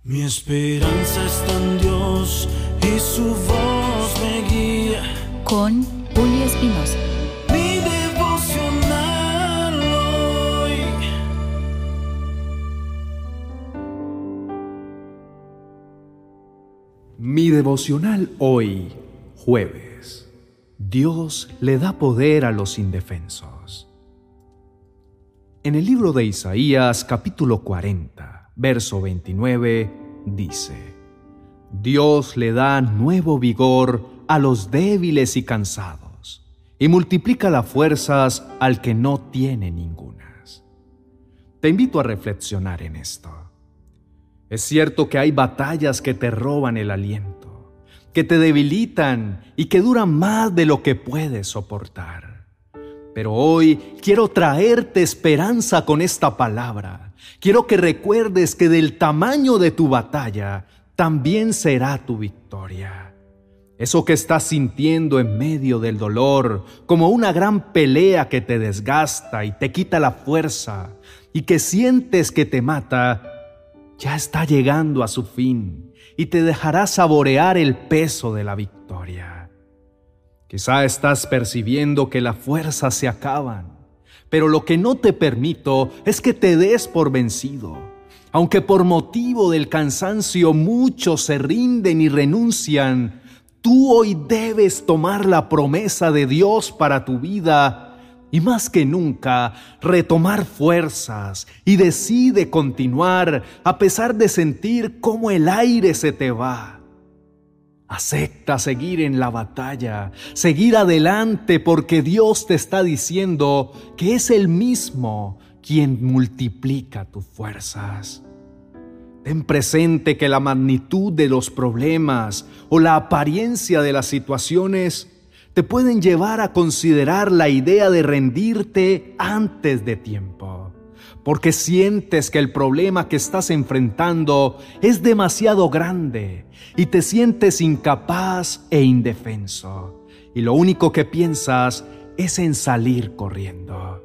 Mi esperanza está en Dios y su voz me guía. Con Julio Espinosa. Mi devocional hoy. Mi devocional hoy, jueves. Dios le da poder a los indefensos. En el libro de Isaías, capítulo 40, verso 29, dice: Dios le da nuevo vigor a los débiles y cansados, y multiplica las fuerzas al que no tiene ningunas. Te invito a reflexionar en esto. Es cierto que hay batallas que te roban el aliento, que te debilitan y que duran más de lo que puedes soportar. Pero hoy quiero traerte esperanza con esta palabra. Quiero que recuerdes que del tamaño de tu batalla también será tu victoria. Eso que estás sintiendo en medio del dolor, como una gran pelea que te desgasta y te quita la fuerza, y que sientes que te mata, ya está llegando a su fin y te dejará saborear el peso de la victoria. Quizá estás percibiendo que las fuerzas se acaban, pero lo que no te permito es que te des por vencido. Aunque por motivo del cansancio muchos se rinden y renuncian, tú hoy debes tomar la promesa de Dios para tu vida y más que nunca retomar fuerzas y decide continuar a pesar de sentir cómo el aire se te va. Acepta seguir en la batalla, seguir adelante porque Dios te está diciendo que es Él mismo quien multiplica tus fuerzas. Ten presente que la magnitud de los problemas o la apariencia de las situaciones te pueden llevar a considerar la idea de rendirte antes de tiempo, porque sientes que el problema que estás enfrentando es demasiado grande y te sientes incapaz e indefenso, y lo único que piensas es en salir corriendo.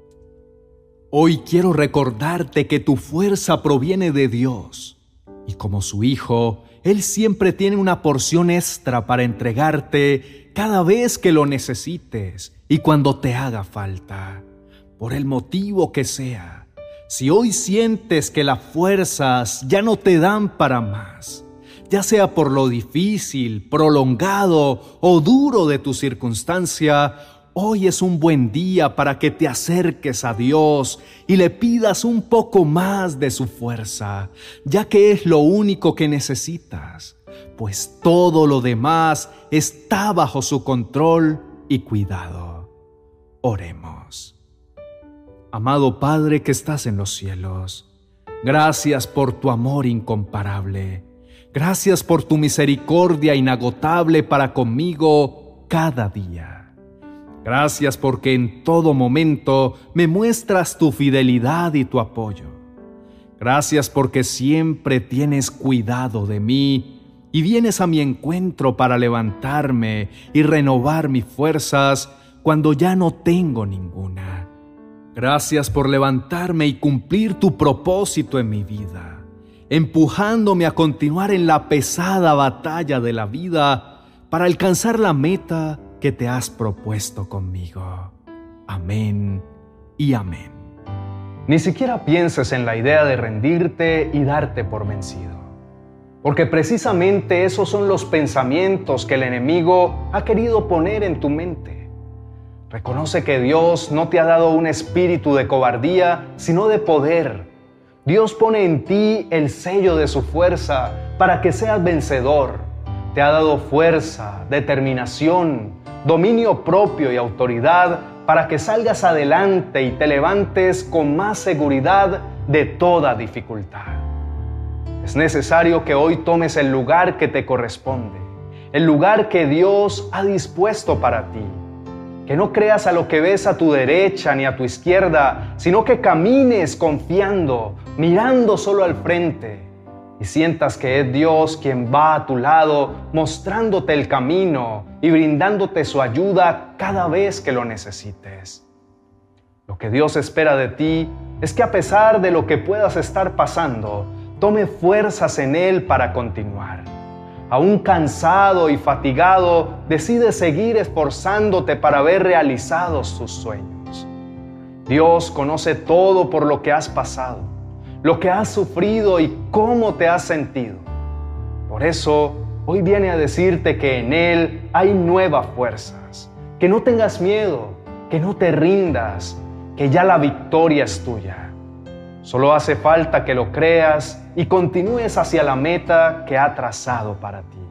Hoy quiero recordarte que tu fuerza proviene de Dios, y como su hijo, Él siempre tiene una porción extra para entregarte cada vez que lo necesites y cuando te haga falta, por el motivo que sea. Si hoy sientes que las fuerzas ya no te dan para más, ya sea por lo difícil, prolongado o duro de tu circunstancia, hoy es un buen día para que te acerques a Dios y le pidas un poco más de su fuerza, ya que es lo único que necesitas, pues todo lo demás está bajo su control y cuidado. Oremos. Amado Padre que estás en los cielos, gracias por tu amor incomparable. Gracias por tu misericordia inagotable para conmigo cada día. Gracias porque en todo momento me muestras tu fidelidad y tu apoyo. Gracias porque siempre tienes cuidado de mí y vienes a mi encuentro para levantarme y renovar mis fuerzas cuando ya no tengo ninguna. Gracias por levantarme y cumplir tu propósito en mi vida, empujándome a continuar en la pesada batalla de la vida para alcanzar la meta que te has propuesto conmigo. Amén y amén. Ni siquiera pienses en la idea de rendirte y darte por vencido, porque precisamente esos son los pensamientos que el enemigo ha querido poner en tu mente. Reconoce que Dios no te ha dado un espíritu de cobardía, sino de poder. Dios pone en ti el sello de su fuerza para que seas vencedor. Te ha dado fuerza, determinación, dominio propio y autoridad para que salgas adelante y te levantes con más seguridad de toda dificultad. Es necesario que hoy tomes el lugar que te corresponde, el lugar que Dios ha dispuesto para ti. Que no creas a lo que ves a tu derecha ni a tu izquierda, sino que camines confiando, mirando solo al frente y sientas que es Dios quien va a tu lado, mostrándote el camino y brindándote su ayuda cada vez que lo necesites. Lo que Dios espera de ti es que a pesar de lo que puedas estar pasando, tome fuerzas en Él para continuar. Aún cansado y fatigado, decide seguir esforzándote para ver realizados tus sueños. Dios conoce todo por lo que has pasado, lo que has sufrido y cómo te has sentido. Por eso, hoy viene a decirte que en Él hay nuevas fuerzas, que no tengas miedo, que no te rindas, que ya la victoria es tuya. Solo hace falta que lo creas y continúes hacia la meta que ha trazado para ti.